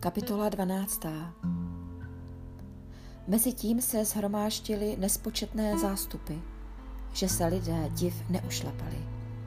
Kapitola 12. Mezitím se shromáždily nespočetné zástupy, že se lidé div neušlapali.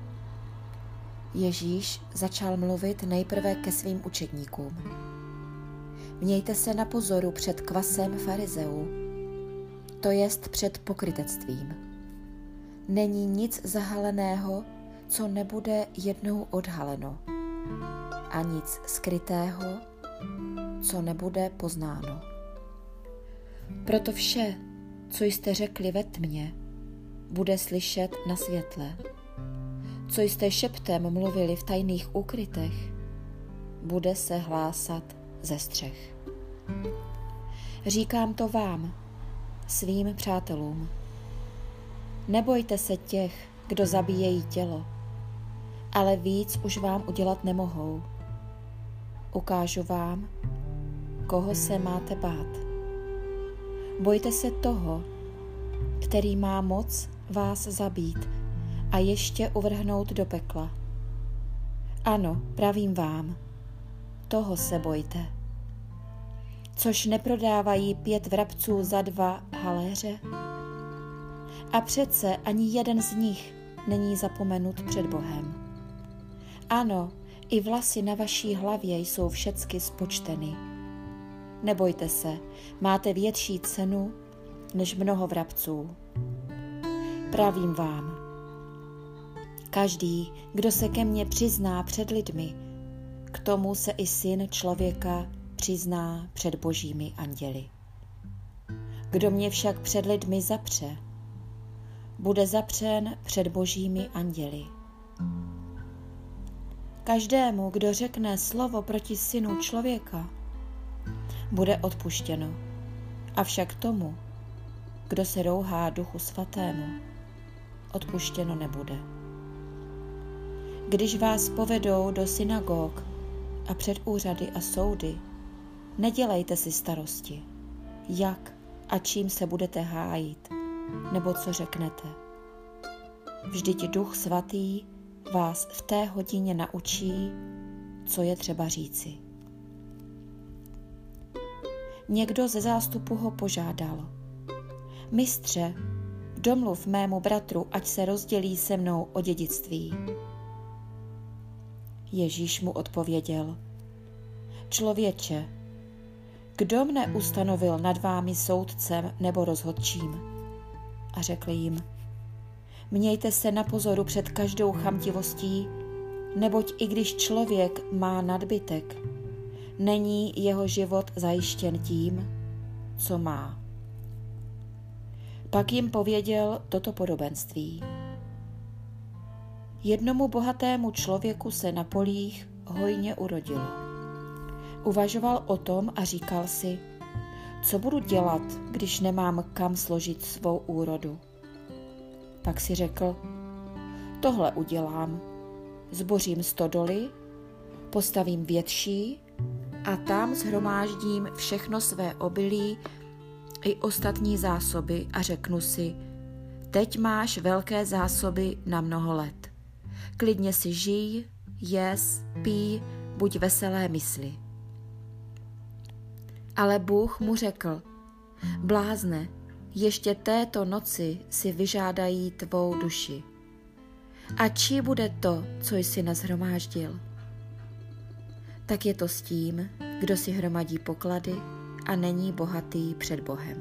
Ježíš začal mluvit nejprve ke svým učedníkům. Mějte se na pozoru před kvasem farizeů, to jest před pokrytectvím. Není nic zahaleného, co nebude jednou odhaleno, a nic skrytého, co nebude poznáno. Proto vše, co jste řekli ve tmě, bude slyšet na světle. Co jste šeptem mluvili v tajných úkrytech, bude se hlásat ze střech. Říkám to vám, svým přátelům. Nebojte se těch, kdo zabíjejí tělo, ale víc už vám udělat nemohou. Ukážu vám, koho se máte bát. Bojte se toho, který má moc vás zabít a ještě uvrhnout do pekla. Ano, pravím vám, toho se bojte. Což neprodávají 5 vrabců za 2 haléře? A přece ani jeden z nich není zapomenut před Bohem. Ano, i vlasy na vaší hlavě jsou všecky spočteny. Nebojte se, máte větší cenu než mnoho vrabců. Pravím vám, každý, kdo se ke mně přizná před lidmi, k tomu se i Syn člověka přizná před božími anděli. Kdo mě však před lidmi zapře, bude zapřen před božími anděli. Každému, kdo řekne slovo proti Synu člověka, bude odpuštěno, avšak tomu, kdo se rouhá Duchu Svatému, odpuštěno nebude. Když vás povedou do synagog a před úřady a soudy, nedělejte si starosti, jak a čím se budete hájit, nebo co řeknete. Vždyť Duch Svatý vás v té hodině naučí, co je třeba říci. Někdo ze zástupu ho požádal: Mistře, domluv mému bratru, ať se rozdělí se mnou o dědictví. Ježíš mu odpověděl: Člověče, kdo mne ustanovil nad vámi soudcem nebo rozhodčím? A řekl jim: Mějte se na pozoru před každou chamtivostí, neboť i když člověk má nadbytek, není jeho život zajištěn tím, co má. Pak jim pověděl toto podobenství. Jednomu bohatému člověku se na polích hojně urodilo. Uvažoval o tom a říkal si: co budu dělat, když nemám kam složit svou úrodu? Pak si řekl: tohle udělám. Zbořím stodoly, postavím větší a tam shromáždím všechno své obilí i ostatní zásoby a řeknu si: teď máš velké zásoby na mnoho let. Klidně si žij, jes, pij, buď veselé mysli. Ale Bůh mu řekl: blázne, ještě této noci si vyžádají tvou duši. A čí bude to, co jsi nashromáždil? Tak je to s tím, kdo si hromadí poklady a není bohatý před Bohem.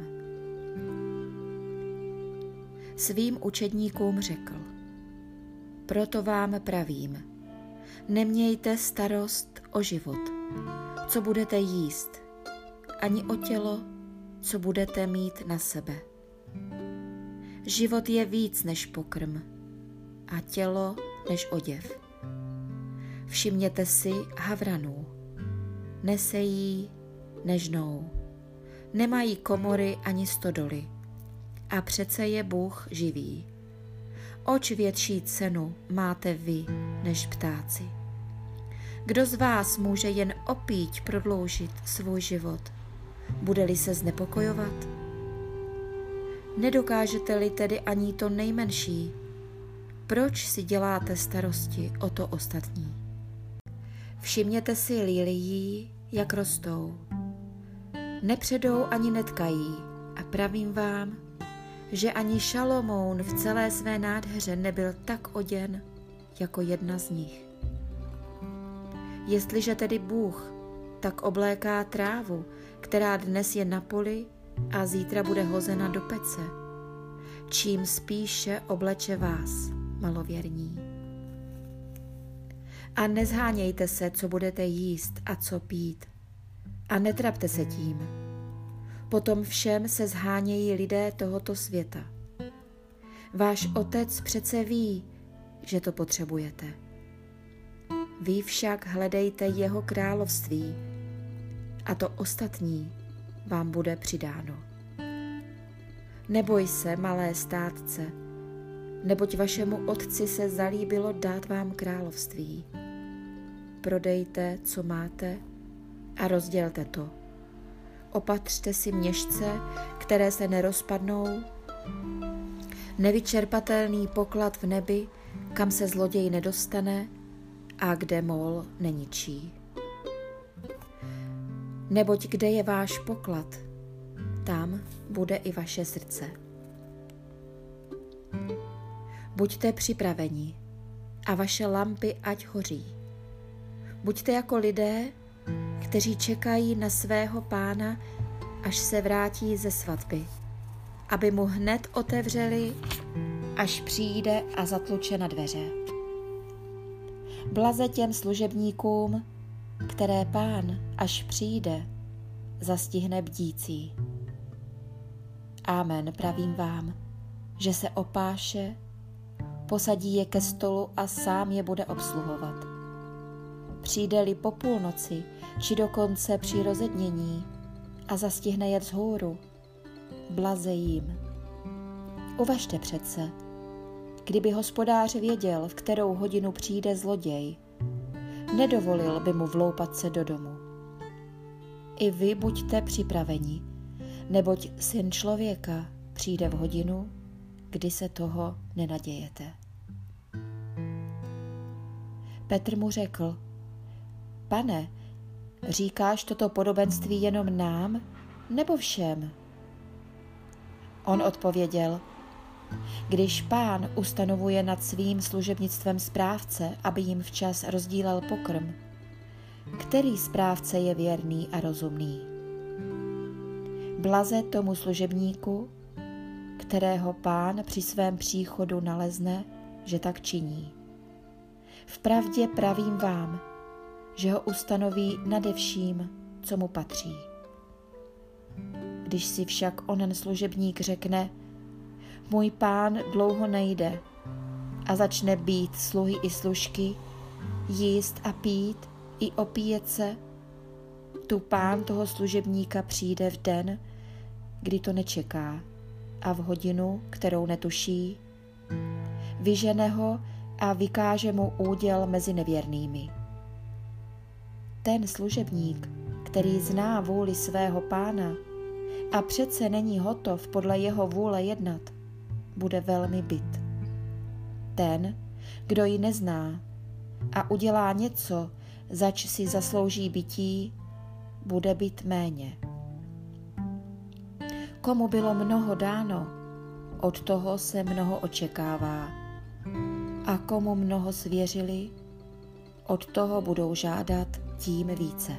Svým učedníkům řekl: proto vám pravím, nemějte starost o život, co budete jíst, ani o tělo, co budete mít na sebe. Život je víc než pokrm a tělo než oděv. Všimněte si havranů. Nesejí, nežnou. Nemají komory ani stodoly. A přece je Bůh živí. Oč větší cenu máte vy než ptáci? Kdo z vás může jen opíť prodloužit svůj život, bude-li se znepokojovat? Nedokážete-li tedy ani to nejmenší, proč si děláte starosti o to ostatní? Všimněte si lilií, jak rostou. Nepředou ani netkají a pravím vám, že ani Šalomoun v celé své nádheře nebyl tak oděn jako jedna z nich. Jestliže tedy Bůh tak obléká trávu, která dnes je na poli a zítra bude hozena do pece, čím spíše obleče vás, malověrní. A nezhánějte se, co budete jíst a co pít, a netrapte se tím. Potom všem se zhánějí lidé tohoto světa. Váš Otec přece ví, že to potřebujete. Vy však hledejte jeho království a to ostatní vám bude přidáno. Neboj se, malé státce, neboť vašemu Otci se zalíbilo dát vám království. Prodejte, co máte, a rozdělte to. Opatřte si měšce, které se nerozpadnou, nevyčerpatelný poklad v nebi, kam se zloděj nedostane a kde mol neničí. Neboť kde je váš poklad, tam bude i vaše srdce. Buďte připraveni a vaše lampy ať hoří. Buďte jako lidé, kteří čekají na svého Pána, až se vrátí ze svatby, aby mu hned otevřeli, až přijde a zatluče na dveře. Blaze těm služebníkům, které Pán, až přijde, zastihne bdící. Amen, pravím vám, že se opáše, posadí je ke stolu a sám je bude obsluhovat. Přijde-li po půlnoci, či dokonce při rozednění a zastihne je vzhůru, blaze jim. Uvažte přece, kdyby hospodář věděl, v kterou hodinu přijde zloděj, nedovolil by mu vloupat se do domu. I vy buďte připraveni, neboť Syn člověka přijde v hodinu, kdy se toho nenadějete. Petr mu řekl: Pane, říkáš toto podobenství jenom nám, nebo všem? On odpověděl: Když Pán ustanovuje nad svým služebnictvem správce, aby jim včas rozdílel pokrm, který správce je věrný a rozumný? Blaze tomu služebníku, kterého Pán při svém příchodu nalezne, že tak činí. Vpravdě pravím vám, že ho ustanoví nade vším, co mu patří. Když si však onen služebník řekne: Můj pán dlouho nejde, a začne být sluhy i služky, jíst a pít i opíjet se, tu pán toho služebníka přijde v den, kdy to nečeká, a v hodinu, kterou netuší, vyžene ho a vykáže mu úděl mezi nevěrnými. Ten služebník, který zná vůli svého pána a přece není hotov podle jeho vůle jednat, bude velmi bit. Ten, kdo ji nezná a udělá něco, zač si zaslouží bití, bude bit méně. Komu bylo mnoho dáno, od toho se mnoho očekává. A komu mnoho svěřili, od toho budou žádat tím více.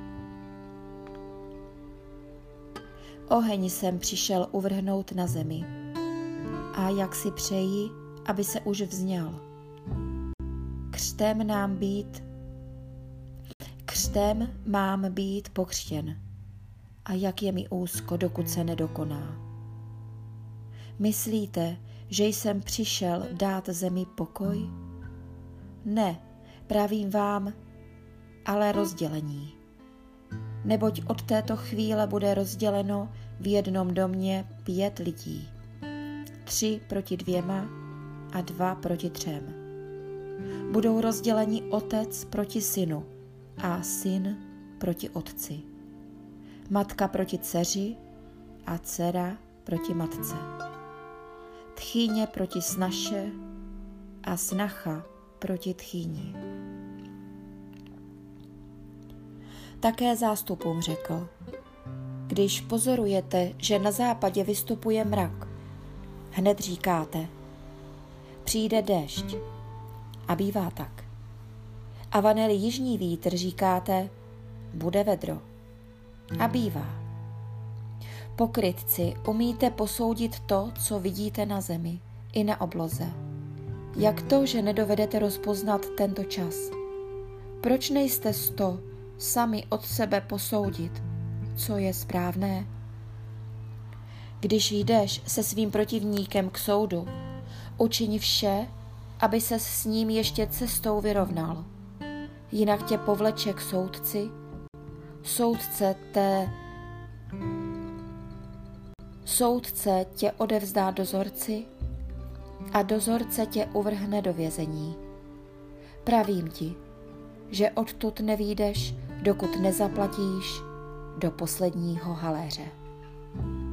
Oheň jsem přišel uvrhnout na zemi, a jak si přeji, aby se už vzněl. Křtem mám být pokřtěn, a jak je mi úzko, dokud se nedokoná. Myslíte, že jsem přišel dát zemi pokoj? Ne, pravím vám, ale rozdělení. Neboť od této chvíle bude rozděleno v jednom domě 5 lidí. 3 proti 2 a 2 proti 3. Budou rozděleni otec proti synu a syn proti otci. Matka proti dceři a dcera proti matce. Tchýně proti snaše a snacha proti tchýni. Také zástupům řekl: když pozorujete, že na západě vystupuje mrak, hned říkáte: přijde déšť. A bývá tak. A vane-li jižní vítr, říkáte: bude vedro. A bývá. Pokrytci, umíte posoudit to, co vidíte na zemi i na obloze. Jak to, že nedovedete rozpoznat tento čas? Proč nejste sami od sebe posoudit, co je správné? Když jdeš se svým protivníkem k soudu, učiň vše, aby ses s ním ještě cestou vyrovnal. Jinak tě povleče k soudci, soudce tě odevzdá dozorci a dozorce tě uvrhne do vězení. Pravím ti, že odtud nevyjdeš, dokud nezaplatíš do posledního haléře.